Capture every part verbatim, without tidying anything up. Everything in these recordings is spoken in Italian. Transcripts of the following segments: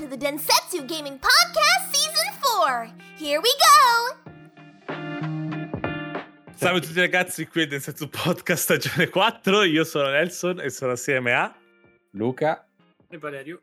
the Densetsu Gaming Podcast Season four. Here we go! Salve a tutti ragazzi, qui è Densetsu Podcast stagione quattro. Io sono Nelson e sono assieme a Luca e Valerio.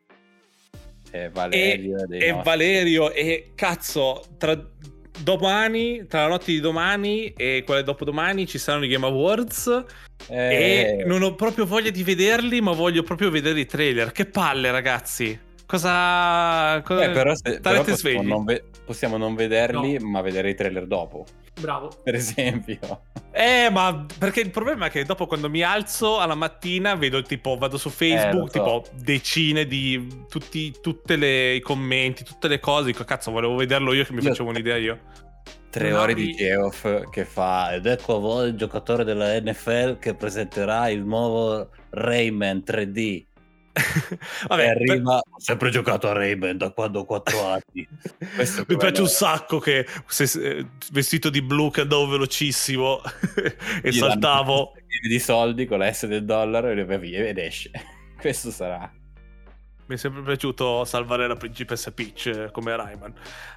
E Valerio e, dei e nostri. Valerio e cazzo, tra domani, tra la notte di domani e quella di dopodomani ci saranno i Game Awards Eh, e non ho proprio voglia di vederli, ma voglio proprio vedere i trailer. Che palle ragazzi. Cosa, cosa... eh, però, se, però starete possiamo, svegli? non ve- possiamo non vederli, No. ma vedere i trailer dopo, Bravo. per esempio. Eh, ma perché il problema è che dopo quando mi alzo alla mattina vedo tipo, vado su Facebook, Eh, lo so. tipo decine di tutti tutte le i commenti, tutte le cose, dico cazzo, volevo vederlo io che mi Io- facevo un'idea io. Tre Non ore apri- di Geoff che fa ed ecco a voi il giocatore della N F L che presenterà il nuovo Rayman tre D. Vabbè, e arriva, ho sempre giocato a Rayman da quando ho quattro anni. Questo mi piace come- un sacco che se, eh, vestito di blu che andavo velocissimo e gli danno saltavo. di soldi con la S del dollaro e va via ed esce. Questo sarà. Mi è sempre piaciuto salvare la principessa Peach eh, come Rayman.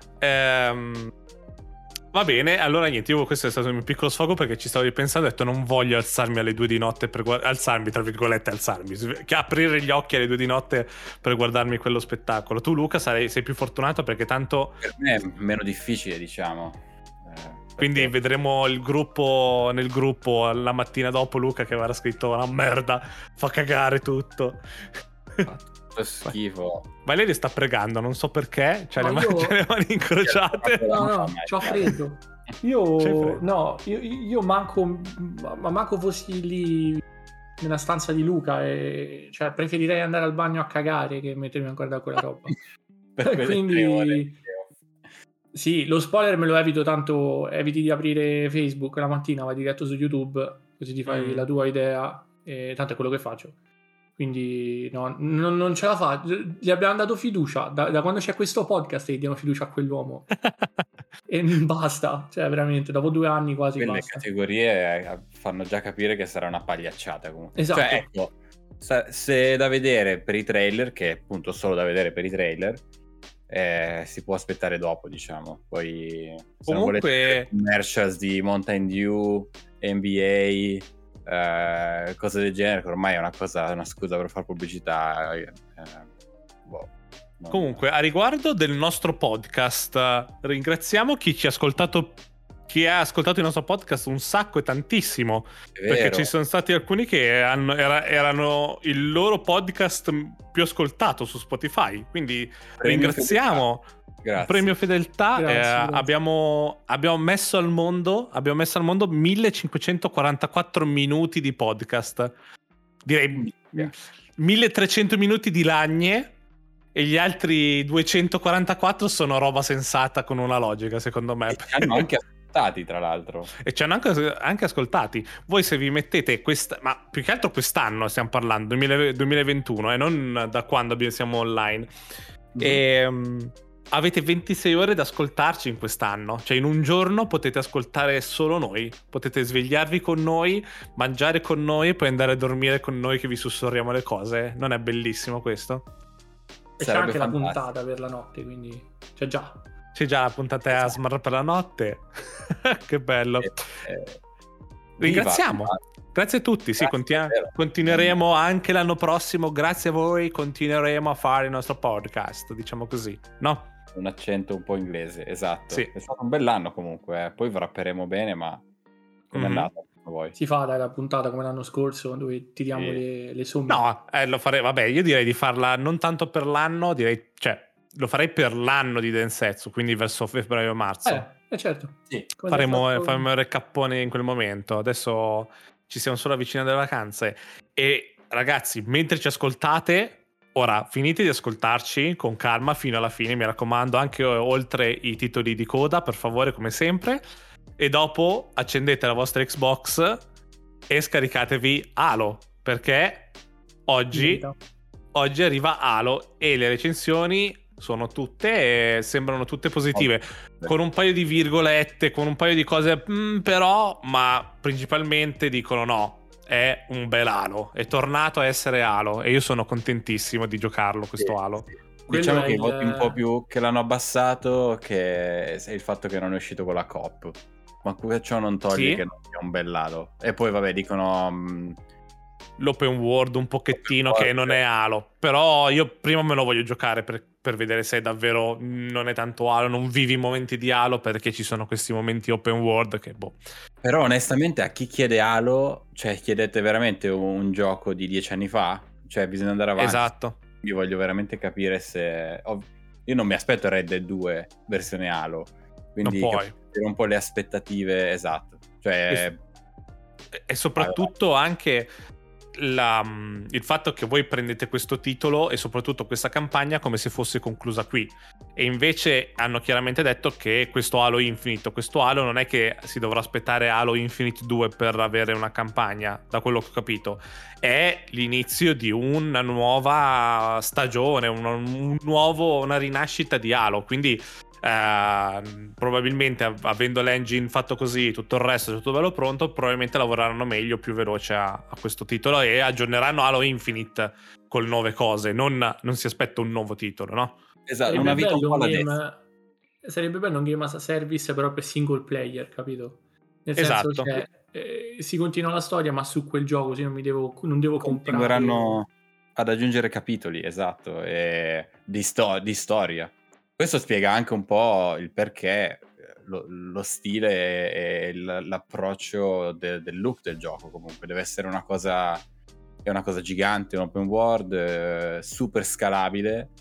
Ehm, va bene, allora niente, io questo è stato il mio piccolo sfogo perché ci stavo ripensando e ho detto non voglio alzarmi alle due di notte per guard- alzarmi, tra virgolette, alzarmi, sve- che aprire gli occhi alle due di notte per guardarmi quello spettacolo. Tu Luca sarei, sei più fortunato perché tanto... Per me è meno difficile, diciamo. Eh, Quindi perché- vedremo il gruppo nel gruppo la mattina dopo Luca che avrà scritto una merda, fa cagare tutto. Fa schifo. Valerio sta pregando, non so perché, c'ha, No, le, mani, io- c'ha le mani incrociate. No, no, c'ho freddo. C'hai Io freddo? no, io, io manco ma manco fossi lì nella stanza di Luca e cioè preferirei andare al bagno a cagare che mettermi a guardare quella roba. Per quelle Quindi- tre ore. Sì, lo spoiler me lo evito, tanto eviti di aprire Facebook la mattina, vai diretto su YouTube, così ti fai Mm. la tua idea, e tanto è quello che faccio. Quindi no, non, non ce la fa. Gli abbiamo dato fiducia. Da, da quando c'è questo podcast gli diamo fiducia a quell'uomo. E basta, cioè veramente, dopo due anni quasi Quelle basta. categorie eh, fanno già capire che sarà una pagliacciata comunque. Esatto. Cioè, ecco, sa- se è da vedere per i trailer, che è appunto solo da vedere per i trailer, eh, si può aspettare dopo, diciamo. Poi se non Comunque- volete vedere commercials di Mountain Dew, N B A, eh, cose del genere, che ormai è una cosa, una scusa per fare pubblicità. eh, boh, non- Comunque, a riguardo del nostro podcast, ringraziamo chi ci ha ascoltato, chi ha ascoltato il nostro podcast un sacco e tantissimo, è perché vero. ci sono stati alcuni che hanno- era- erano il loro podcast più ascoltato su Spotify, quindi Premio ringraziamo. Grazie. Premio fedeltà. Grazie, eh, grazie. Abbiamo, abbiamo messo al mondo abbiamo messo al mondo millecinquecentoquarantaquattro minuti di podcast, direi Yeah. milletrecento minuti di lagne e gli altri duecentoquarantaquattro sono roba sensata con una logica, secondo me. E ci hanno anche ascoltati, tra l'altro. E ci hanno anche, anche ascoltati. Voi se vi mettete questa, ma più che altro quest'anno stiamo parlando, duemila duemilaventuno, e eh, non da quando abbiamo- siamo online. E um, avete ventisei ore da ascoltarci in quest'anno, cioè in un giorno potete ascoltare solo noi, potete svegliarvi con noi, mangiare con noi e poi andare a dormire con noi che vi sussurriamo le cose. Non è bellissimo questo? E c'è Sarebbe anche fantastico. la puntata per la notte, quindi c'è già. C'è già la puntata a Smart per la notte. Che bello. Eh, eh, Ringraziamo. viva. Grazie a tutti, sì, Grazie, continua- davvero. continueremo anche l'anno prossimo, grazie a voi continueremo a fare il nostro podcast, diciamo così, no? Un accento un po' inglese, esatto. Sì. È stato un bell'anno comunque, eh. Poi wrapperemo bene, ma come è Mhm. andato secondo voi? Si fa dai la puntata come l'anno scorso dove tiriamo Sì. le, le somme. No, eh, lo farei, vabbè, io direi di farla non tanto per l'anno, direi, cioè, lo farei per l'anno di Densetsu, quindi verso febbraio-marzo. Eh, eh certo. Sì. Come faremo, abbiamo fatto- faremo il recappone in quel momento. Adesso ci siamo solo avvicinati alle vacanze. E ragazzi, mentre ci ascoltate, ora finite di ascoltarci con calma fino alla fine, mi raccomando, anche oltre i titoli di coda, per favore, come sempre. E dopo accendete la vostra Xbox e scaricatevi Halo, perché oggi, Finita. oggi arriva Halo e le recensioni sono tutte, eh, sembrano tutte positive, con un paio di virgolette, con un paio di cose, mm, però, ma principalmente dicono no, è un bel Halo, è tornato a essere Halo e io sono contentissimo di giocarlo questo Sì, Halo. sì. Quello Diciamo è che i il- voti un po' più che l'hanno abbassato che è il fatto che non è uscito con la coop. Ma ciò non toglie Sì. che non sia un bel Halo. E poi vabbè dicono mh, L'open world un pochettino Open che world, non è Halo. Però io prima me lo voglio giocare per, per vedere se davvero non è tanto Halo. Non vivi i momenti di Halo, perché ci sono questi momenti open world che boh. però onestamente a chi chiede Halo, cioè chiedete veramente un gioco di dieci anni fa? Cioè bisogna andare avanti. Esatto. Io voglio veramente capire se... ov- Io non mi aspetto Red Dead due versione Halo. Quindi Non puoi. capire un po' le aspettative, esatto. Cioè... E soprattutto anche la, il fatto che voi prendete questo titolo e soprattutto questa campagna come se fosse conclusa qui, e invece hanno chiaramente detto che questo Halo Infinite, questo Halo non è che si dovrà aspettare Halo Infinite due per avere una campagna, da quello che ho capito è l'inizio di una nuova stagione, un, un nuovo, una rinascita di Halo, quindi Uh, probabilmente avendo l'engine fatto così, tutto il resto tutto bello pronto, probabilmente lavoreranno meglio, più veloce a, a questo titolo, e aggiorneranno Halo Infinite con nuove cose. Non, non si aspetta un nuovo titolo, no? Esatto, Sarebbe una vita un bello po' un alla game, destra. sarebbe bello un game as a service però per single player, capito? Nel Esatto. senso, cioè, eh, si continua la storia, ma su quel gioco, sì, non mi devo, non devo comprare. Continueranno ad aggiungere capitoli, esatto, e di, sto- di storia. Questo spiega anche un po' il perché, lo, lo stile e il- l'approccio de- del look del gioco. Comunque deve essere una cosa, è una cosa gigante, un open world eh, super scalabile,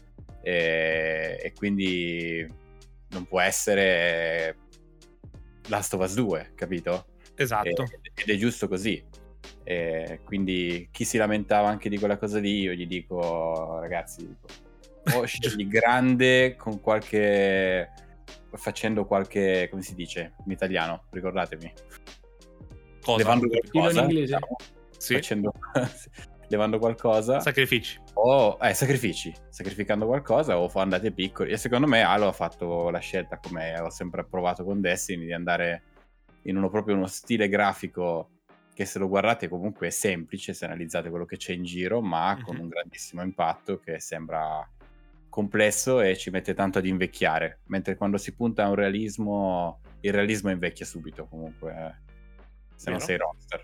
e, e quindi non può essere Last of Us due, capito? Esatto. E- ed è giusto così. E quindi chi si lamentava anche di quella cosa lì, io gli dico, ragazzi, dico, o scegli grande con qualche, facendo qualche, come si dice in italiano, ricordatemi, Cosa? levando Dillo qualcosa, in inglese. diciamo, Sì. facendo, levando qualcosa, Sacrifici. o eh, sacrifici, sacrificando qualcosa, o fa- andate piccoli. E secondo me Halo ha fatto la scelta, come ho sempre provato con Destiny, di andare in uno proprio uno stile grafico che, se lo guardate, comunque è semplice se analizzate quello che c'è in giro, ma Mhm. con un grandissimo impatto, che sembra complesso e ci mette tanto ad invecchiare, mentre quando si punta a un realismo, il realismo invecchia subito comunque, eh, se non Vero. sei rockstar.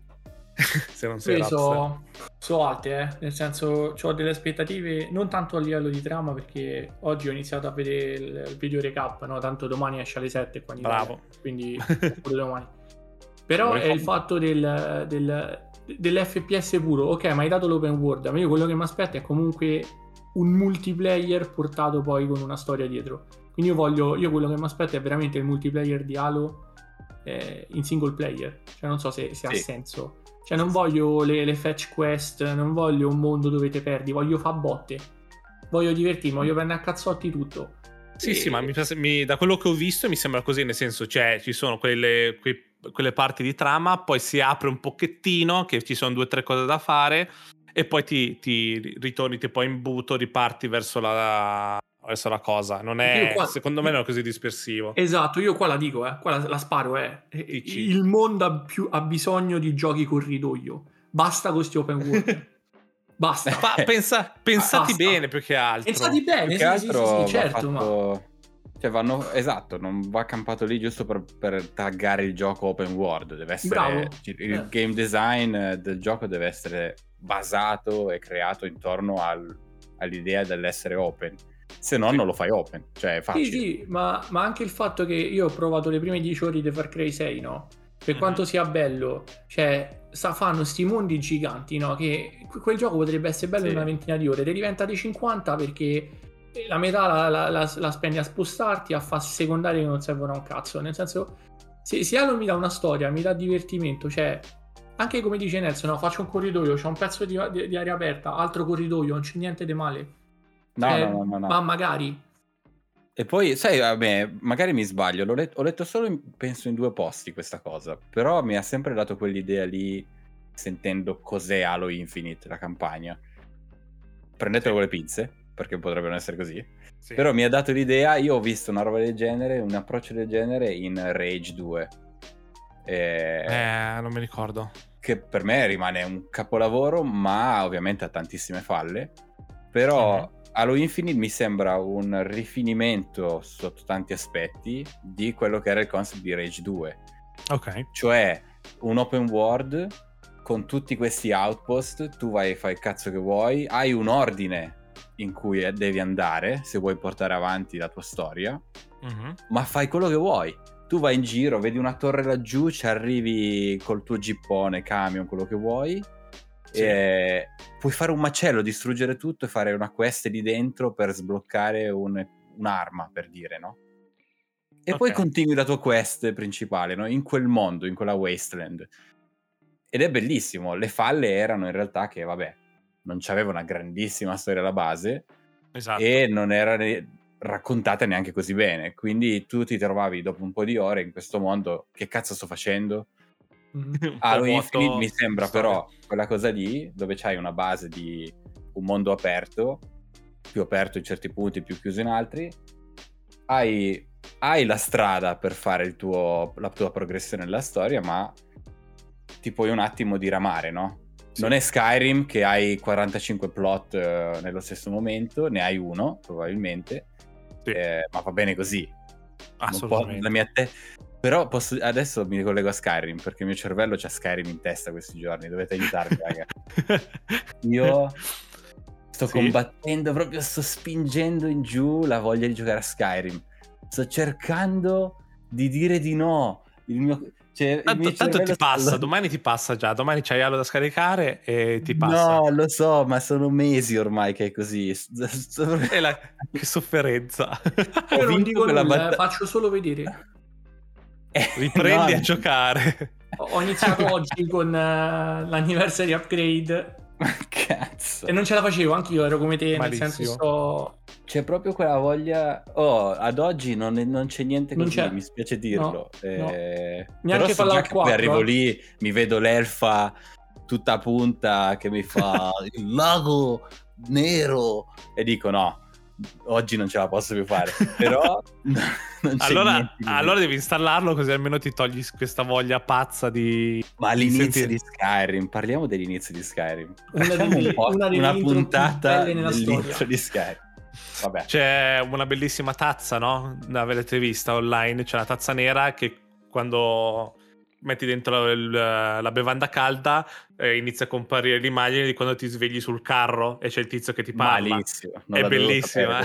Se non sei Io Rockstar. so, so alte, eh. Nel senso, ho delle aspettative non tanto a livello di trama, perché oggi ho iniziato a vedere il, il video recap, no? Tanto domani esce alle sette qua in Bravo. Italia, quindi pure domani. Però Vuoi è il fare- fatto del, del, dell'F P S puro. Ok, ma hai dato l'open world, ma io quello che mi aspetto è comunque un multiplayer portato poi con una storia dietro. Quindi io voglio, io quello che mi aspetto è veramente il multiplayer di Halo eh, in single player. Cioè non so se, se ha Sì. senso. Cioè non voglio le, le fetch quest, non voglio un mondo dove te perdi, voglio fa botte. Voglio divertirmi, voglio prendere a cazzotti tutto. Sì, E- sì, ma mi, mi- da quello che ho visto mi sembra così, nel senso, cioè, ci sono quelle, quei- quelle parti di trama, poi si apre un pochettino, che ci sono due o tre cose da fare, e poi ti, ti ritorni tipo in butto, riparti verso la, verso la cosa. Non Io è, qua- secondo me non è così dispersivo. Esatto, io qua la dico, eh, qua la, la sparo, eh. Dici? Il mondo ha, più, ha bisogno di giochi corridoio. Basta con sti open world. Basta. Ma pensa, pensati Basta. bene più che altro. Pensati bene, Più sì, che sì, altro sì, sì, va certo, ma... fatto... Cioè vanno... Esatto, non va campato lì giusto per, per taggare il gioco open world. Deve essere... Bravo. Il Eh. game design del gioco deve essere basato e creato intorno al- all'idea dell'essere open. Se no Sì. non lo fai open. Cioè è Sì, facile. sì, ma, ma anche il fatto che io ho provato le prime dieci ore di Far Cry sei, no? Per Mhm. quanto sia bello, cioè, sta, fanno sti mondi giganti, no? Che que- quel gioco potrebbe essere bello Sì. in una ventina di ore, te diventa di cinquanta perché la metà la, la- la- la spendi a spostarti, a fare secondarie che non servono a un cazzo. Nel senso, se, se Halo mi dà una storia, mi dà divertimento, cioè, anche come dice Nelson, no, faccio un corridoio, c'ho un pezzo di, di- di aria aperta, altro corridoio, non c'è niente di male. No, Cioè, no, no, no, no. Ma magari... E poi, sai, vabbè, magari mi sbaglio, l'ho let- ho letto solo, in- penso, in due posti questa cosa, però mi ha sempre dato quell'idea lì, sentendo cos'è Halo Infinite, la campagna. Prendetelo con le pinze, perché potrebbero essere così, Sì. però mi ha dato l'idea, io ho visto una roba del genere, un approccio del genere in Rage due, eh, Eh, non mi ricordo. che per me rimane un capolavoro, ma ovviamente ha tantissime falle, però Halo Infinite mi sembra un rifinimento sotto tanti aspetti di quello che era il concept di Rage due. Ok. Cioè un open world con tutti questi outpost, tu vai e fai il cazzo che vuoi, hai un ordine in cui devi andare se vuoi portare avanti la tua storia, Mm-hmm. ma fai quello che vuoi. Tu vai in giro, vedi una torre laggiù, ci arrivi col tuo gippone, camion, quello che vuoi, sì. E puoi fare un macello, distruggere tutto e fare una quest lì dentro per sbloccare un, un'arma, per dire, no? E okay. Poi continui la tua quest principale, no? In quel mondo, in quella wasteland. Ed è bellissimo. Le falle erano in realtà che, vabbè, non c'aveva una grandissima storia alla base, esatto. E non era raccontata neanche così bene. Quindi tu ti trovavi dopo un po' di ore in questo mondo, che cazzo sto facendo? Mm-hmm. Halo Infinite mi sembra storia. Però quella cosa lì, dove c'hai una base di un mondo aperto, più aperto in certi punti, più chiuso in altri, hai... hai la strada per fare il tuo, la tua progressione nella storia, ma ti puoi un attimo diramare, no? Sì. Non è Skyrim che hai quarantacinque plot eh, nello stesso momento, ne hai uno probabilmente, sì. eh, ma va bene così. Assolutamente. La mia te- Però posso... adesso mi ricollego a Skyrim perché il mio cervello c'ha Skyrim in testa questi giorni, dovete aiutarmi, raga. Io sto sì. combattendo, proprio sto spingendo in giù la voglia di giocare a Skyrim. Sto cercando di dire di no. Il mio, cioè, tanto, il tanto ti passa, sta... domani ti passa già. Domani c'hai Halo da scaricare e ti passa. No, lo so, ma sono mesi ormai che è così. E la... che sofferenza. Io non dico nulla, batt- faccio solo vedere. Eh, Riprendi no, a giocare. Ho iniziato oggi con uh, l'anniversary upgrade. Ma cazzo. E non ce la facevo, anch'io ero come te. Malissimo. Nel senso sto... C'è proprio quella voglia. Oh, ad oggi non, è, non c'è niente così, non c'è. Mi spiace dirlo. No, eh, no. Neanche però so già che quattro, poi arrivo lì, mi vedo l'elfa tutta a punta che mi fa il lago nero e dico no, oggi non ce la posso più fare. Però non c'è allora, niente di allora devi installarlo, così almeno ti togli questa voglia pazza di... Ma all'inizio di Skyrim, parliamo dell'inizio di Skyrim. Una, delle, un una, una puntata nella dell'intro storia. di Skyrim. Vabbè. C'è una bellissima tazza, no? L'avete vista online? C'è la tazza nera che quando metti dentro il, la bevanda calda eh, inizia a comparire l'immagine di quando ti svegli sul carro e c'è il tizio che ti parla. Malissimo. Non è bellissima.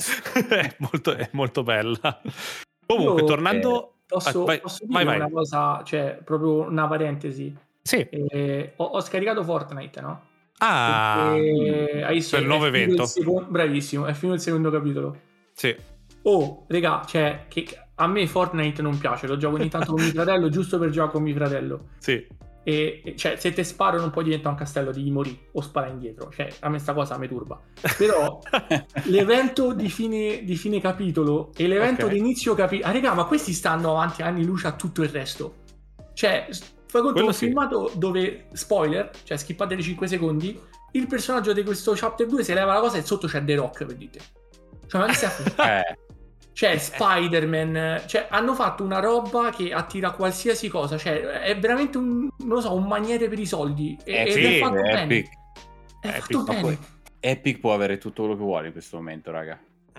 è, molto, è molto bella. Comunque, Io, tornando... eh, posso, ah, vai, posso dire vai, vai. una cosa, cioè proprio una parentesi. Sì. Eh, ho, ho scaricato Fortnite, no? Ah, perché, hai per il nuovo evento. Il secondo, bravissimo, è finito il secondo capitolo. Sì. Oh, regà, cioè, che a me Fortnite non piace, lo gioco ogni tanto con mio fratello, giusto per giocare con mio fratello. Sì. E, e cioè, se te sparo non puoi diventare un castello, devi morire o spara indietro. Cioè, a me sta cosa mi turba. Però l'evento di fine, di fine capitolo e l'evento okay. di inizio capitolo... Ah, regà, ma questi stanno avanti anni luce a tutto il resto. Cioè... Fai conto un sì. filmato dove, spoiler, cioè skippate di cinque secondi, il personaggio di questo chapter due si leva la cosa e sotto c'è The Rock, per dite. Cioè, ma che stai a fare? Eh. C'è Spider-Man, cioè hanno fatto una roba che attira qualsiasi cosa, cioè è veramente un, non lo so, un magnete per i soldi. E, Epic, ed è fatto Epic. bene. È Epic. fatto bene. Poi, Epic può avere tutto quello che vuole in questo momento, raga.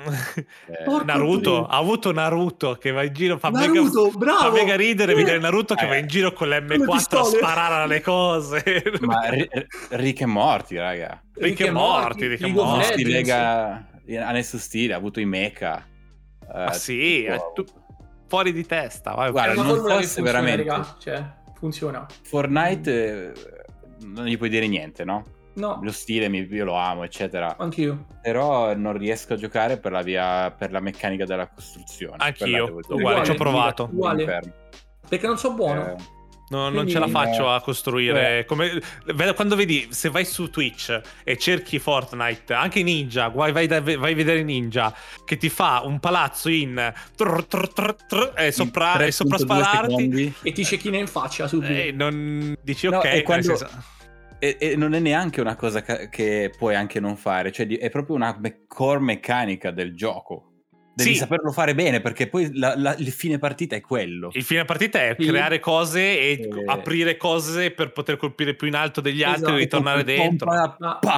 Eh, Naruto ha avuto Naruto che va in giro fa, Naruto, mega, bravo. fa mega ridere eh. vedere Naruto che eh. va in giro con l'emme quattro a sparare alle cose. Ma R- Rick e Morty, raga. Rick, Rick e Morty, Rick e Morty si lega a nessun stile, ha avuto i mecha. Ma uh, sì, è tu... fuori di testa. Vai. Guarda, non fosse funziona, veramente raga. Cioè, funziona. Fortnite mm. non gli puoi dire niente, no? No. Lo stile io lo amo, eccetera. Anch'io. Però non riesco a giocare per la via, per la meccanica della costruzione. Anch'io. Uguale, ci ho provato. Uguale. Perché non so buono. Eh, no, non ce la faccio a costruire. Eh. Come, quando vedi, se vai su Twitch e cerchi Fortnite, anche Ninja, vai, vai, vai a vedere Ninja, che ti fa un palazzo in trr, trr, trr, trr, e sopra, e sopra spararti. E ti cecchina in faccia subito. E non dici no, ok. E quando... E, e non è neanche una cosa ca- che puoi anche non fare, cioè di, è proprio una me- core meccanica del gioco. Devi sì. saperlo fare bene, perché poi la, la, il fine partita è quello. Il fine partita è sì. creare cose e, e aprire cose per poter colpire più in alto degli altri esatto. e ritornare dentro. Pa, pa,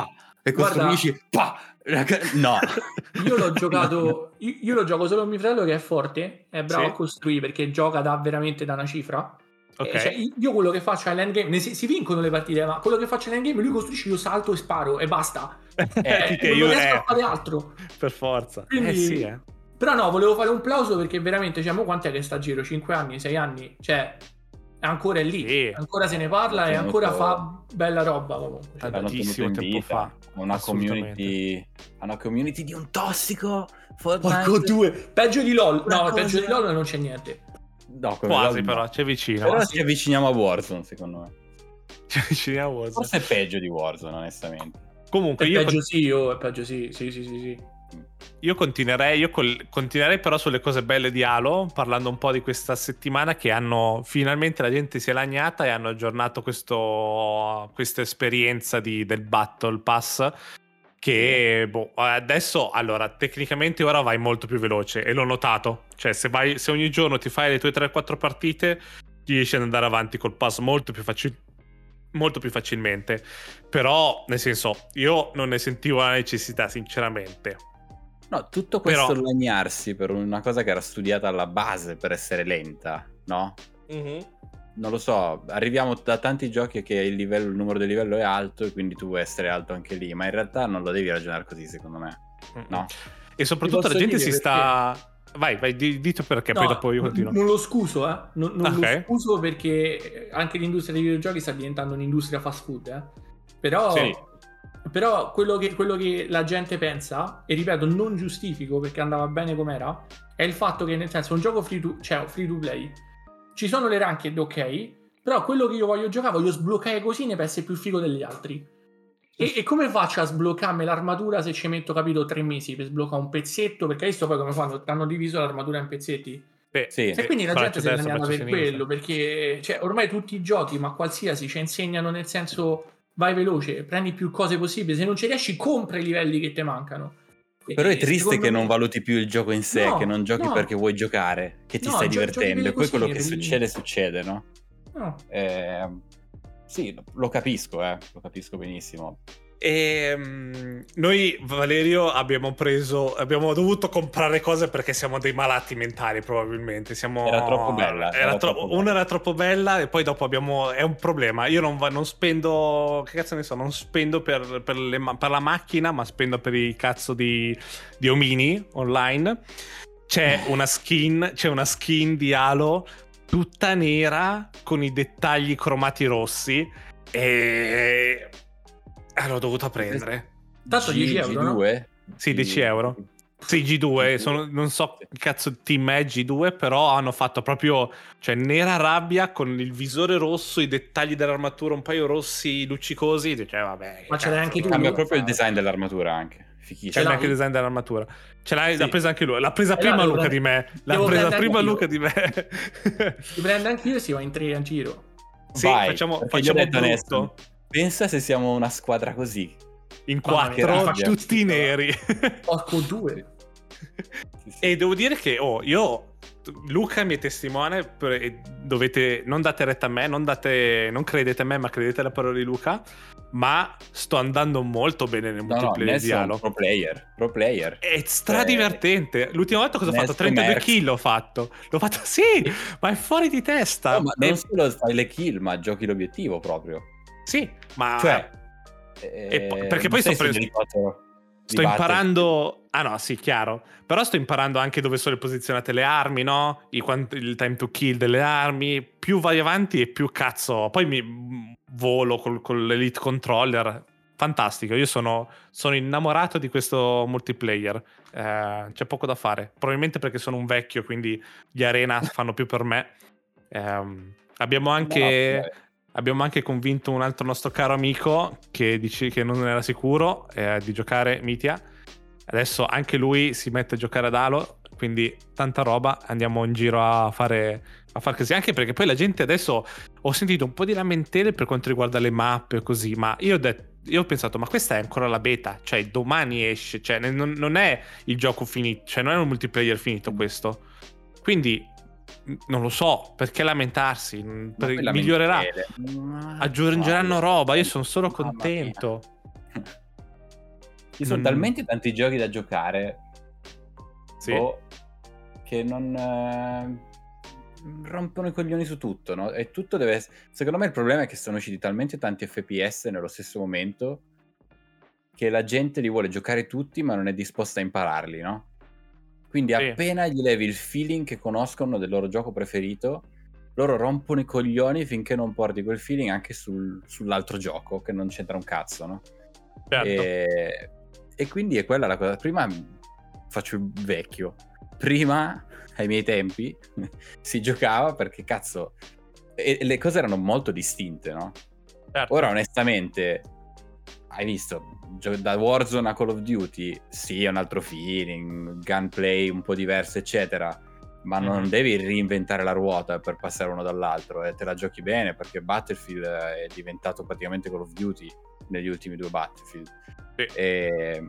e costruisci, Guarda, pah! No. Io l'ho giocato, io, io lo gioco solo con mio fratello che è forte, è bravo Sì. a costruire perché gioca da veramente da una cifra. Ok. Eh, cioè, io quello che faccio all'endgame, ne si, si vincono le partite, ma quello che faccio all'endgame lui costruisce, io salto e sparo e basta. Eh, Eh, che non io- riesco eh, a fare altro. per forza. Quindi- Eh sì, eh. Però no, volevo fare un plauso perché veramente, cioè, mo quant'è che sta a giro? cinque anni, sei anni? Cioè, ancora è lì, Sì. ancora se ne parla e Tenuto- ancora fa bella roba comunque. Cioè, L'hanno Tantissimo tenuto in tempo vita. fa. Una Assolutamente. community, una community di un tossico Fortnite. Porco due, peggio di LOL. Una No, cosa- peggio di LOL non c'è niente. No, come Quasi LOL no. però, c'è vicino. Però Quasi. ci avviciniamo a Warzone, secondo me. C'è vicino a Warzone. Forse è peggio di Warzone, onestamente. Comunque È io, peggio sì, oh, è peggio sì, sì, sì, sì, sì. io continuerei, io col- continuerei però sulle cose belle di Halo, parlando un po' di questa settimana che hanno finalmente la gente si è lagnata e hanno aggiornato questo, questa esperienza di- del Battle Pass. Che boh, adesso allora tecnicamente ora vai molto più veloce e l'ho notato, cioè se vai se ogni giorno ti fai le tue tre quattro partite riesci ad andare avanti col pass molto più facil- molto più facilmente, però nel senso io non ne sentivo la necessità sinceramente. No, tutto questo Però- lagnarsi per una cosa che era studiata alla base per essere lenta, no? Non lo so, arriviamo da tanti giochi che il livello, il numero del livello è alto e quindi tu vuoi essere alto anche lì, ma in realtà non lo devi ragionare così, secondo me. No. E soprattutto Ti la posso gente dire si sta vai vai di- dito perché No, poi dopo io n- continuo. Non lo scuso, eh. Non, non Ok. lo scuso perché anche l'industria dei videogiochi sta diventando un'industria fast food, eh. Però, Sì. però quello, che, quello che la gente pensa, e ripeto, non giustifico perché andava bene com'era, è il fatto che nel senso un gioco free to, cioè free to play, ci sono le ranked, ok, però quello che io voglio giocare voglio sbloccare cosine per essere più figo degli altri. E, e come faccio a sbloccarmi l'armatura se ci metto, capito, tre mesi per sbloccare un pezzetto? Perché hai visto poi come fanno? Hanno diviso l'armatura in pezzetti. Beh, Sì. E quindi la braccio gente si è destro, lagnata per braccio sinistra. quello, perché cioè, ormai tutti i giochi, ma qualsiasi, ci insegnano nel senso vai veloce, prendi più cose possibili, se non ci riesci compra i livelli che ti mancano. E- Però è e triste secondo che me- non valuti più il gioco in sé, No, che non giochi no. perché vuoi giocare, che ti No, stai gio- giochi divertendo per e poi le quello che cosine, per- succede succede, no? No. Eh, sì, lo capisco, eh, lo capisco benissimo. E mm, noi Valerio abbiamo preso abbiamo dovuto comprare cose perché siamo dei malati mentali probabilmente siamo Era troppo bella, era era tro- troppo bella. una era troppo bella e poi dopo abbiamo è un problema io non, va- non spendo che cazzo ne so non spendo per, per, le ma- per la macchina ma spendo per i cazzo di, di omini online. C'è una skin c'è una skin di Halo tutta nera con i dettagli cromati rossi e Ah, l'ho dovuta prendere. Tanto dieci euro, no? G due? Sì, dieci euro. Sì, G due, sono, non so che cazzo team è G due, però hanno fatto proprio, cioè, nera rabbia con il visore rosso, i dettagli dell'armatura un paio rossi, luccicosi, cioè, vabbè. Ma ce l'hai anche tu? Cambia Lui? proprio il design dell'armatura anche. Fichissimo. C'è l'hai? anche il design dell'armatura. Ce l'hai, Sì. l'ha presa anche lui. L'ha presa Eh, prima no, devo Luca prendere- di me. L'ha devo presa prendere prima anch'io. Luca di me. Li prendo anch'io e si va in tre a giro. Sì, Vai, facciamo, perché gli ho facciamo detto brutto. Nelson, pensa se siamo una squadra così. In Mamma mia, quattro, rabbia. tutti neri. Porco due. Sì, sì. E devo dire che oh, io Luca mi è testimone per- e dovete non date retta a me, non date non credete a me, ma credete alla parola di Luca, ma sto andando molto bene nel No, no, multiplayer di Nelson Halo. pro player, pro player. È stradivertente. L'ultima volta cosa ho fatto? Nelson trentadue Merckx. kill ho fatto. L'ho fatto sì, ma è fuori di testa. No, ma E- non solo fai le kill, ma giochi l'obiettivo proprio. sì, ma Cioè, e poi- eh, perché non poi sei sto pre- soddisfatto di sto batterti. imparando. Ah no, sì, chiaro. Però sto imparando anche dove sono posizionate le armi, no? I quant- il time to kill delle armi. Più vai avanti e più cazzo. Poi mi mm, volo col, con l'Elite Controller. Fantastico. Io sono, sono innamorato di questo multiplayer. Eh, c'è poco da fare. Probabilmente perché sono un vecchio, quindi gli arena fanno più per me. Ehm, abbiamo anche. No, Abbiamo anche convinto un altro nostro caro amico che dice che non era sicuro eh, di giocare Mythia. Adesso anche lui si mette a giocare ad Halo, quindi tanta roba, andiamo in giro a fare, a fare così. Anche perché poi la gente adesso, ho sentito un po' di lamentele per quanto riguarda le mappe e così, ma io ho, detto, io ho pensato, ma questa è ancora la beta, cioè domani esce, cioè non, non è il gioco finito, cioè non è un multiplayer finito questo. Quindi non lo so, perché lamentarsi? Per- Ma poi migliorerà. lamentele. Ma- Aggiungeranno Vai. roba, io sono solo Mamma contento. mia. Ci sono Non- talmente tanti giochi da giocare Sì. boh, che non eh, rompono i coglioni su tutto, no? E tutto deve ess- secondo me il problema è che sono usciti talmente tanti F P S nello stesso momento che la gente li vuole giocare tutti ma non è disposta a impararli, no? Quindi Sì. appena gli levi il feeling che conoscono del loro gioco preferito, loro rompono i coglioni finché non porti quel feeling anche sul- sull'altro gioco, che non c'entra un cazzo, no? Certo. E, e quindi è quella la cosa. Prima faccio il vecchio. Prima, ai miei tempi, si giocava perché cazzo. E, e le cose erano molto distinte, no? Certo. Ora, onestamente, hai visto gio- da Warzone a Call of Duty, sì, è un altro feeling, gunplay un po' diverso, eccetera. Ma non Mhm. devi reinventare la ruota per passare uno dall'altro e te la giochi bene perché Battlefield è diventato praticamente Call of Duty negli ultimi due Battlefield. Sì. E,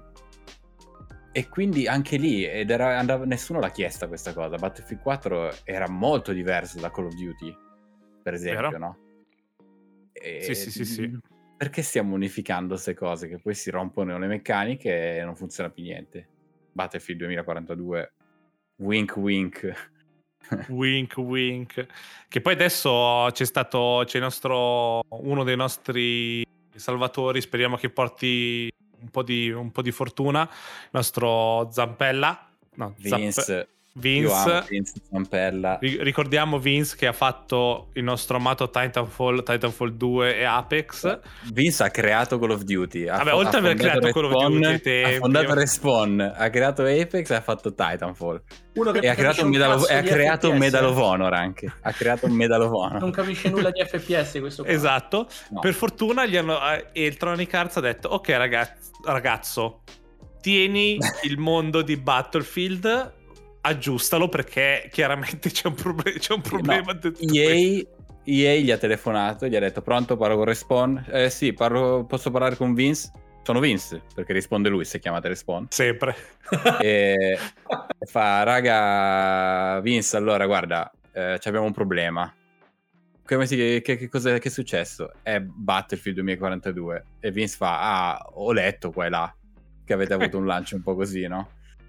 e quindi anche lì ed era, andava, nessuno l'ha chiesta questa cosa. Battlefield quattro era molto diverso da Call of Duty, per esempio, Vero? no? E- Sì, sì, sì, sì. Perché stiamo unificando queste cose che poi si rompono le meccaniche e non funziona più niente? Battlefield duemilaquarantadue, wink wink. Wink wink. Che poi adesso c'è stato c'è il nostro uno dei nostri salvatori, speriamo che porti un po' di un po' di fortuna, il nostro Zampella, no, Zapp- Vince, Vince. io amo Vince Zampella. Ri- Ricordiamo Vince che ha fatto il nostro amato Titanfall, Titanfall due e Apex. Vince ha creato Call of Duty. Ha Vabbè, fo- oltre ha ad aver fondato creato Call of Respawn, Duty ai tempi- ha fondato Respawn, ha creato Apex e ha fatto Titanfall. Uno che E ha creato un capisce Medal of, cazzo e ha di creato un F P S, Medal eh. of Honor anche. Ha creato un Medal of Honor. Non capisce nulla di F P S questo qua. Esatto. No. Per fortuna gli hanno, eh, Electronic Arts ha detto: ok, ragazzo, ragazzo, tieni il mondo di Battlefield, aggiustalo perché chiaramente c'è un, proble- c'è un problema. No, di tutto E A, E A gli ha telefonato, gli ha detto pronto, parlo con Respawn. Eh sì, parlo, posso parlare con Vince? Sono Vince, perché risponde lui se chiamate Respawn. questo. Sempre. E fa, raga, Vince, allora guarda, eh, abbiamo un problema. Come si, che, che, cosa, che è successo? È Battlefield duemilaquarantadue. E Vince fa, ah, ho letto qua e là che avete avuto un lancio un po' così, no?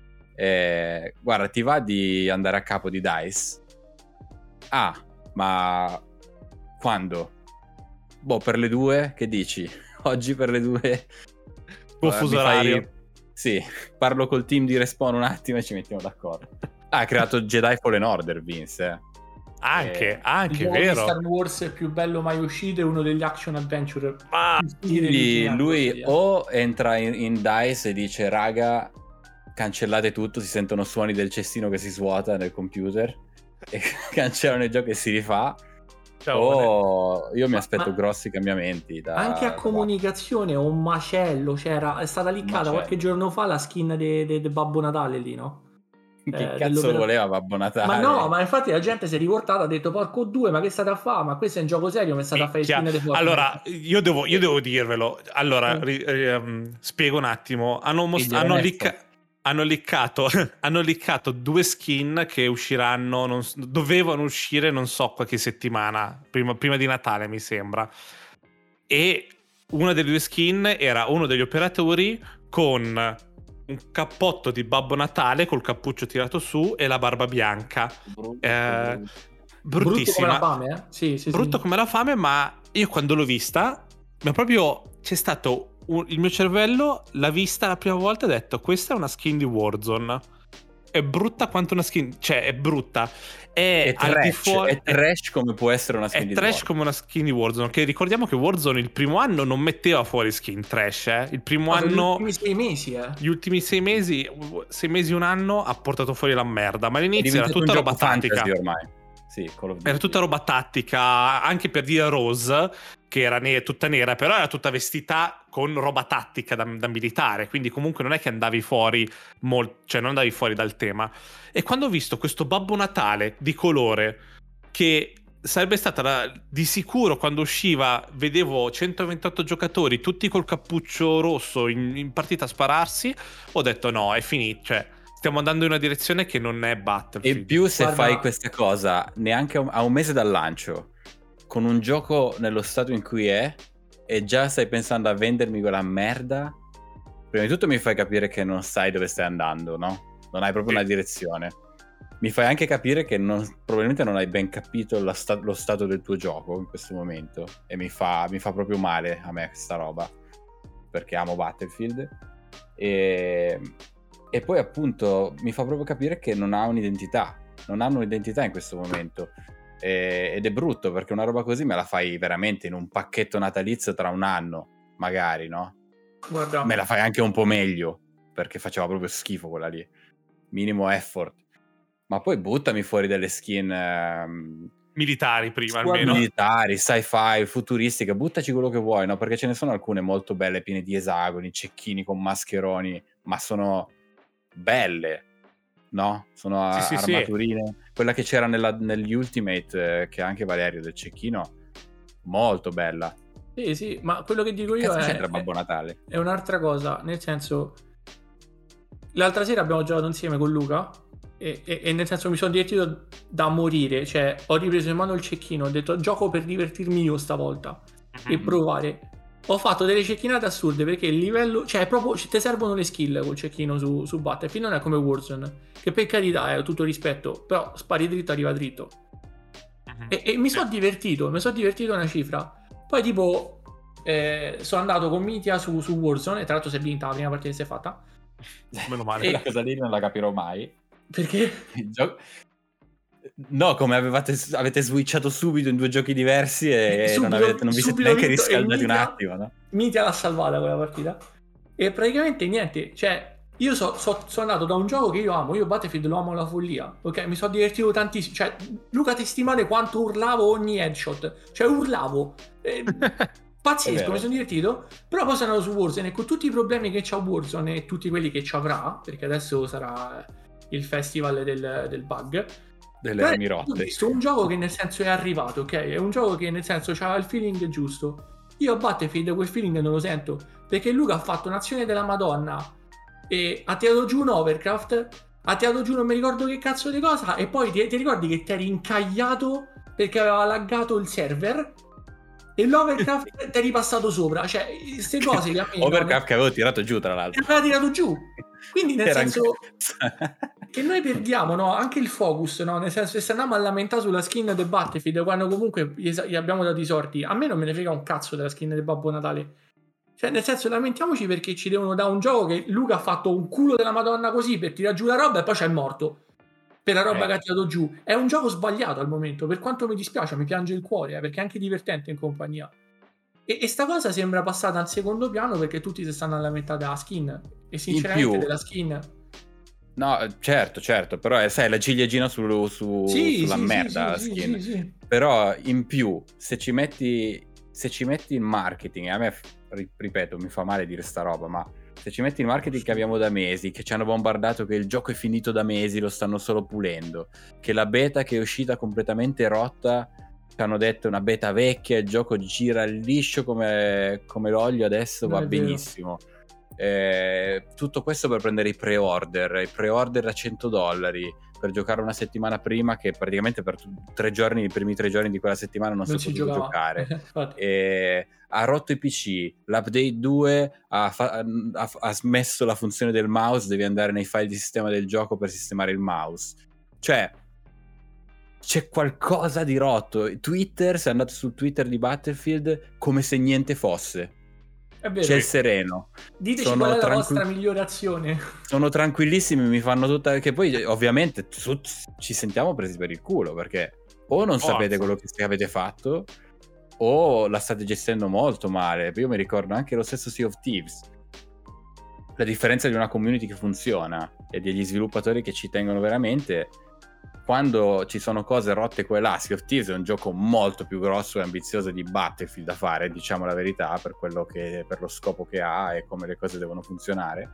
E, guarda, ti va di andare a capo di DICE? Ah, ma quando? Boh, per le due, che dici? Oggi per le due? Tuo Mi fuso fai- orario. Sì, parlo col team di Respawn un attimo e ci mettiamo d'accordo. Ah, ha creato Jedi Fallen Order, Vince. eh. Anche, Eh, anche, Il gioco di vero. Star Wars più bello mai uscito è uno degli action adventure Ma più stili Quindi originali, lui così, eh. o entra in, in DICE e dice, raga, cancellate tutto, si sentono suoni del cestino che si svuota nel computer e cancellano il gioco e si rifà. ciao, O io mi Ma- aspetto ma- grossi cambiamenti da, Anche a da- comunicazione è un macello. C'era, è stata liccata macello. qualche giorno fa la skin di Babbo Natale lì, no? che eh, cazzo dell'opera- voleva Babbo Natale? Ma no, ma infatti la gente si è rivoltata, ha detto porco due, ma che state a fare? Ma questo è un gioco serio, mi state a fare il Minchia. skin di Fortnite. Allora, io devo, io devo dirvelo. Allora, Mm. ri- ri- um, spiego un attimo. Hanno, most- Figlio hanno, onesto. licca- hanno liccato hanno liccato due skin che usciranno, non s- dovevano uscire non so qualche settimana, prima, prima di Natale mi sembra. E una delle due skin era uno degli operatori con un cappotto di Babbo Natale col cappuccio tirato su e la barba bianca. Brutto, Eh, brutto. Brutto come la bruttissima. fame, eh? Sì, sì, Brutto sì. come la fame, ma io quando l'ho vista, ma proprio c'è stato un- il mio cervello l'ha vista la prima volta e ha detto questa è una skin di Warzone. È brutta quanto una skin, cioè è brutta. È, È al di trash, fuori, è trash come può essere una skin è di trash Warzone. come una skin di Warzone. Che ricordiamo che Warzone il primo anno non metteva fuori skin trash, eh. Il primo Ma sono gli anno, ultimi sei mesi, eh. gli ultimi sei mesi, sei mesi, un anno ha portato fuori la merda. Ma È all'inizio era diventato tutta un roba gioco fantasy tattica. ormai. Sì, Call of Duty. Era tutta roba tattica, anche per dire Rose, che era ne- tutta nera, però era tutta vestita con roba tattica da, da militare, quindi comunque non è che andavi fuori, mol- cioè non andavi fuori dal tema. E quando ho visto questo Babbo Natale di colore, che sarebbe stata la- di sicuro quando usciva, vedevo centoventotto giocatori, tutti col cappuccio rosso in, in partita a spararsi, ho detto no, è finito, cioè stiamo andando in una direzione che non è Battlefield. E più se Guarda- fai questa cosa neanche a un mese dal lancio, con un gioco nello stato in cui è, e già stai pensando a vendermi quella merda, prima di tutto mi fai capire che non sai dove stai andando, no? Non hai proprio Sì. una direzione. Mi fai anche capire che non, probabilmente non hai ben capito la sta- lo stato del tuo gioco in questo momento, e mi fa, mi fa proprio male a me questa roba, perché amo Battlefield. E, e poi appunto mi fa proprio capire che non ha un'identità, non hanno un'identità in questo momento. E, ed è brutto, perché una roba così me la fai veramente in un pacchetto natalizio tra un anno, magari, no? Guarda, Me la fai anche un po' meglio, perché faceva proprio schifo quella lì. Minimo effort. Ma poi buttami fuori delle skin ehm, Militari prima, squad almeno. militari, sci-fi, futuristiche, buttaci quello che vuoi, no? Perché ce ne sono alcune molto belle, piene di esagoni, cecchini con mascheroni, ma sono belle, no? Sono a- Sì, sì, sì. armaturine. Quella che c'era nella- negli Ultimate, eh, che ha anche Valerio del cecchino, molto bella. sì, sì, ma quello che dico Che io cazzo è, c'entra Babbo Natale? è un'altra cosa, nel senso, l'altra sera abbiamo giocato insieme con Luca e, e- e nel senso mi sono divertito da morire, cioè ho ripreso in mano il cecchino, ho detto gioco per divertirmi io stavolta e provare. Ho fatto delle cecchinate assurde, perché il livello, cioè proprio ti servono le skill col cecchino su, su Battlefield, non è come Warzone, che per carità è tutto rispetto, però spari dritto arriva dritto. E, e mi sono divertito, mi sono divertito una cifra. Poi tipo eh, sono andato con Mitia su, su Warzone, e tra l'altro si è vinta la prima partita che si è fatta. Meno male. Quella cosa lì non la capirò mai. Perché? Il gioco- No, come avevate, avete switchato subito in due giochi diversi e Subito- non, avete, non vi siete subito neanche vinto, e riscaldati un Mitia- attimo, no? Mitia l'ha salvata quella partita. E praticamente niente, cioè io so- so- sono andato da un gioco che io amo, io Battlefield lo amo alla follia, ok? Mi sono divertito tantissimo, cioè Luca testimone quanto urlavo ogni headshot, cioè urlavo, eh, È pazzesco, vero. mi sono divertito. Però poi sono andato su Warzone e con tutti i problemi che c'ha Warzone e tutti quelli che ci avrà, perché adesso sarà il festival del, del bug, Delle però armi ho rotte. visto un gioco che nel senso è arrivato, ok? È un gioco che nel senso c'ha il feeling giusto. Io a Battlefield quel feeling non lo sento, perché Luca ha fatto un'azione della Madonna e ha tirato giù un overcraft, ha tirato giù non mi ricordo che cazzo di cosa, e poi ti, ti ricordi che ti eri incagliato perché aveva laggato il server e l'overcraft ti è ripassato sopra, cioè queste cose che a me Overcraft no, che avevo tirato giù, tra l'altro. aveva tirato giù. Quindi nel Era senso anche- che noi perdiamo, no? Anche il focus, no? Nel senso che se andiamo a lamentare sulla skin del Battlefield quando comunque gli, es- gli abbiamo dato i sorti, a me non me ne frega un cazzo della skin del Babbo Natale. Cioè nel senso lamentiamoci perché ci devono dare un gioco che Luca ha fatto un culo della Madonna così per tirare giù la roba e poi c'è morto per la roba Eh. che ha tirato giù. È un gioco sbagliato al momento, per quanto mi dispiace, mi piange il cuore, eh, perché è anche divertente in compagnia. E, e sta cosa sembra passata al secondo piano perché tutti si stanno a lamentare della skin. E sinceramente più- della skin... No, certo, certo, però è, sai, la ciliegina su, su- Sì, sulla sì, merda, la sì, sì, skin. sì, sì. Però in più, se ci metti se ci metti il marketing, a me, ri- ripeto, mi fa male dire sta roba, ma se ci metti il marketing che abbiamo da mesi, che ci hanno bombardato che il gioco è finito da mesi, lo stanno solo pulendo, che la beta che è uscita completamente rotta, ci hanno detto una beta vecchia, il gioco gira liscio come, come l'olio adesso, Non va è vero. benissimo. Eh, tutto questo per prendere i pre-order, i pre-order a cento dollari per giocare una settimana prima, che praticamente per t- tre giorni, i primi tre giorni di quella settimana non, Non si è si potuto giocava. giocare. Infatti. E ha rotto i P C, l'update due ha, fa- ha, ha smesso la funzione del mouse, devi andare nei file di sistema del gioco per sistemare il mouse, cioè c'è qualcosa di rotto. Twitter, se andate sul Twitter di Battlefield, come se niente fosse, È vero. c'è il sereno. Diteci sono qual è la tranqui- vostra migliore azione. Sono tranquillissimi, mi fanno tutta... Che poi ovviamente tu- ci sentiamo presi per il culo, perché o non Forza. sapete quello che avete fatto o la state gestendo molto male. Io mi ricordo anche lo stesso Sea of Thieves. La differenza di una community che funziona e degli sviluppatori che ci tengono veramente, quando ci sono cose rotte qua e là. Sea of Thieves è un gioco molto più grosso e ambizioso di Battlefield da fare, diciamo la verità, per quello che, per lo scopo che ha e come le cose devono funzionare.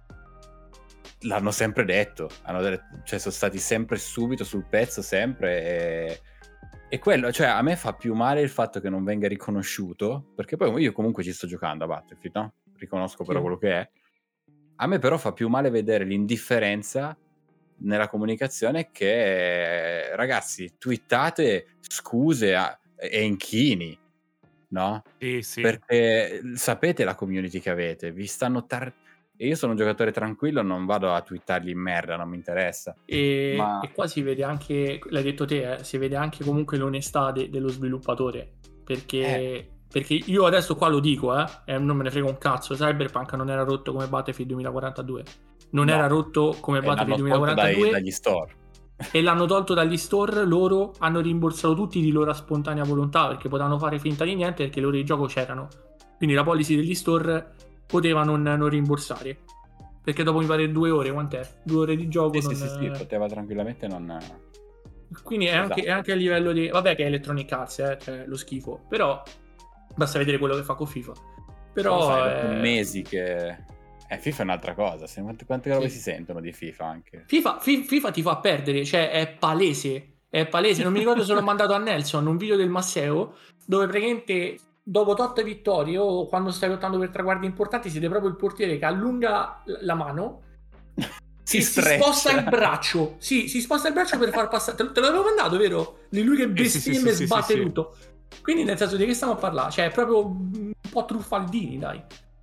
L'hanno sempre detto, hanno detto, cioè sono stati sempre subito sul pezzo, sempre, e, e quello, cioè a me fa più male il fatto che non venga riconosciuto, perché poi io comunque ci sto giocando a Battlefield, no? Riconosco però Sì. quello che è. A me però fa più male vedere l'indifferenza nella comunicazione, che ragazzi, twittate scuse a, e inchini, no? Sì, sì. Perché sapete la community che avete, vi stanno tar- E io sono un giocatore tranquillo, non vado a twittargli in merda, non mi interessa. E, Ma- e qua si vede anche, l'hai detto te, eh, si vede anche comunque l'onestà de- dello sviluppatore, perché, Eh. perché io adesso qua lo dico, eh, e non me ne frega un cazzo, Cyberpunk non era rotto come Battlefield duemilaquarantadue, non No. era rotto come E l'hanno Battlefield tolto dai- duemilaquarantadue dagli store. e l'hanno tolto dagli store, loro hanno rimborsato tutti di loro spontanea volontà, perché potevano fare finta di niente perché le ore di gioco c'erano, quindi la policy degli store poteva non, non rimborsare. Perché dopo mi pare due ore, quant'è? Due ore di gioco. Sì, non... sì, sì, sì, poteva tranquillamente non... Quindi è anche, Esatto. è anche a livello di... Vabbè che è Electronic Arts, eh, cioè lo schifo. Però basta vedere quello che fa con FIFA. Però... Sai, dopo eh, mesi che... Eh, FIFA è un'altra cosa, se- quante, quante robe Sì. si sentono di FIFA anche. FIFA, Fi- FIFA ti fa perdere, cioè è palese. È palese. Non mi ricordo se l'ho mandato a Nelson, un video del Masseo, dove praticamente dopo tot vittorie o quando stai lottando per traguardi importanti siete proprio il portiere che allunga la mano... Si e si streccia. sposta il braccio. Sì, si sposta il braccio per far passare. Te, te l'avevo mandato, vero? Di lui che Sì, sì, sì, bestemmia sì, e sì, sbatte sì, sì. tutto. Quindi, nel senso, di che stiamo a parlare? Cioè, è proprio un po' truffaldini, dai.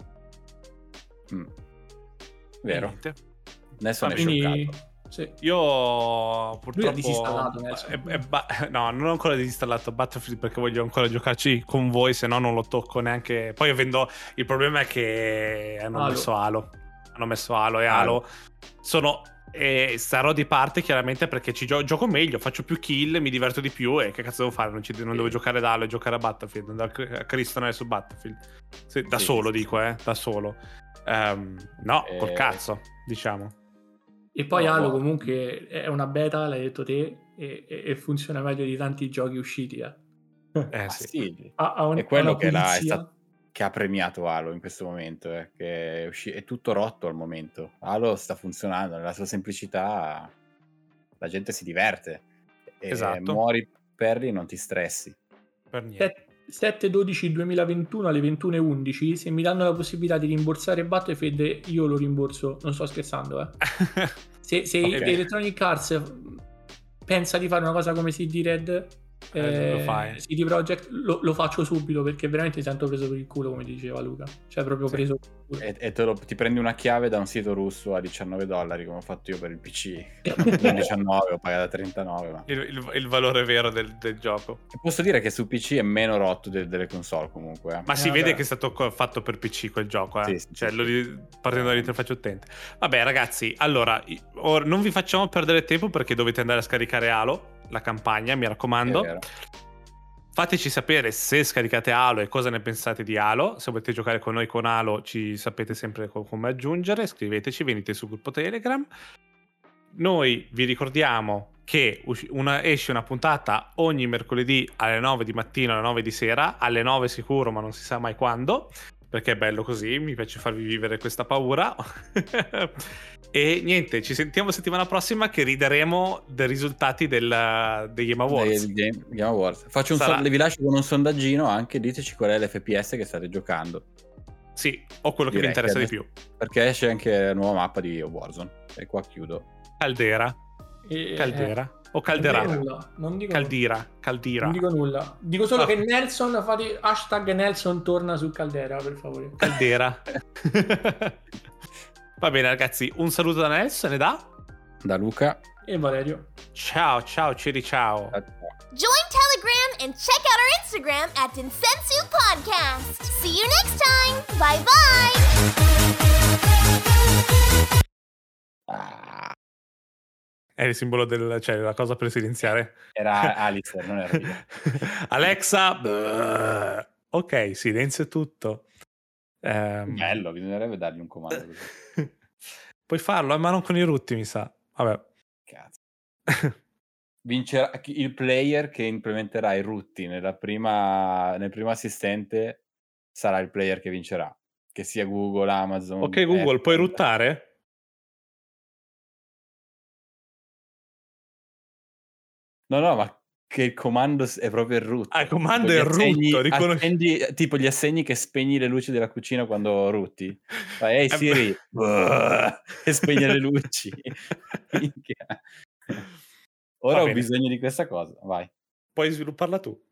Mm. E Vero. niente. Adesso ne è Quindi, scioccato. sì. Io Lui purtroppo ha disinstallato, Nelson. è- è ba- no, non ho ancora disinstallato Battlefield perché voglio ancora giocarci con voi, se no non lo tocco neanche. Poi io vendo. Il problema è che hanno Halo. messo Halo. Hanno messo Halo e Halo. Halo. Sono. E sarò di parte chiaramente perché ci gio- gioco meglio, faccio più kill, mi diverto di più e che cazzo devo fare? Non, ci- non devo giocare da Halo e giocare a Battlefield, andare a Cristonare su Battlefield. Sì, da Sì, solo sì, dico, eh, da solo. Ehm, no, col Eh, cazzo, diciamo. E poi No, Halo boh. comunque è una beta, l'hai detto te, e, e- e funziona meglio di tanti giochi usciti. Eh. Eh Ah, sì. sì. Ha, ha un- È quello ha una che, l'ha- è pulizia. stato- che ha premiato Halo in questo momento, eh, che è, usci- è tutto rotto al momento. Halo sta funzionando, nella sua semplicità la gente si diverte. E Esatto. muori, perdi, non ti stressi. Per niente. sette dodici duemilaventuno alle ventuno e undici, se mi danno la possibilità di rimborsare Battlefield io lo rimborso, non sto scherzando, eh. Se, se Ok. Electronic Arts pensa di fare una cosa come C D Red, Eh, eh, lo fai. C D Projekt, lo, lo faccio subito perché veramente mi sento preso per il culo, come diceva Luca. Cioè proprio Sì. preso per il culo. E, e te lo- ti prendi una chiave da un sito russo a diciannove dollari, come ho fatto io per il P C. Non diciannove, ho pagato trentanove. Ma... Il, il- il valore vero del, del gioco. E posso dire che su P C è meno rotto de- delle console comunque. eh. Ma Eh, si vabbè. vede che è stato co- fatto per P C quel gioco, eh. Sì, sì, Cioè, sì, lo sì. ri- partendo dall'interfaccia utente. Vabbè, ragazzi, allora, i- or- non vi facciamo perdere tempo perché dovete andare a scaricare Halo, la campagna, mi È raccomando. vero. Fateci sapere se scaricate Halo e cosa ne pensate di Halo. Se volete giocare con noi con Halo, ci sapete sempre co- come aggiungere. Scriveteci, venite sul gruppo Telegram. Noi vi ricordiamo che usci- una- esce una puntata ogni mercoledì alle nove di mattina, alle nove di sera, alle nove sicuro, ma non si sa mai quando, perché è bello così, mi piace farvi vivere questa paura. E niente, ci sentiamo settimana prossima che rideremo dei risultati del, degli Game Awards. Dei Game, Game Awards. Faccio un Sarà- son- vi lascio con un sondaggino anche, diteci qual è l'F P S che state giocando, Sì, o quello che vi Direi interessa che di adesso- più. perché esce anche la nuova mappa di Warzone. E qua chiudo. Caldera, E- Caldera o eh, Caldera. Non dico nulla. Non dico, Caldira, Caldira. non dico nulla. Dico solo Ah. che Nelson, fate hashtag Nelson torna su Caldera, per favore. Caldera. Va bene ragazzi, un saluto da Nelson e da Da Luca. E Valerio. ciao ciao Ciri ciao. Ciao, ciao. Join Telegram and check out our Instagram at Densensu Podcast. See you next time. Bye bye. Ah, È il simbolo del, cioè la cosa per silenziare. era Alistair, non era io. Alexa. Blah. Ok, silenzio tutto. Ehm, Bello, bisognerebbe dargli un comando così. Puoi farlo, ma non con i rutti, mi sa. Vabbè. Cazzo. Vincerà chi- il player che implementerà i rutti nella prima, nel primo assistente sarà il player che vincerà. Che sia Google, Amazon. Ok, Google, puoi Apple. ruttare? No, no, ma che il comando s- è proprio il root. Ah, il comando Tipo è gli il assegni- rutto, riconos- accendi- tipo gli assegni che spegni le luci della cucina quando rutti. Fai, ehi Eh, Siri, beh. e spegne le luci. Minchia. Ora Va ho bene. bisogno di questa cosa, vai. Puoi svilupparla tu.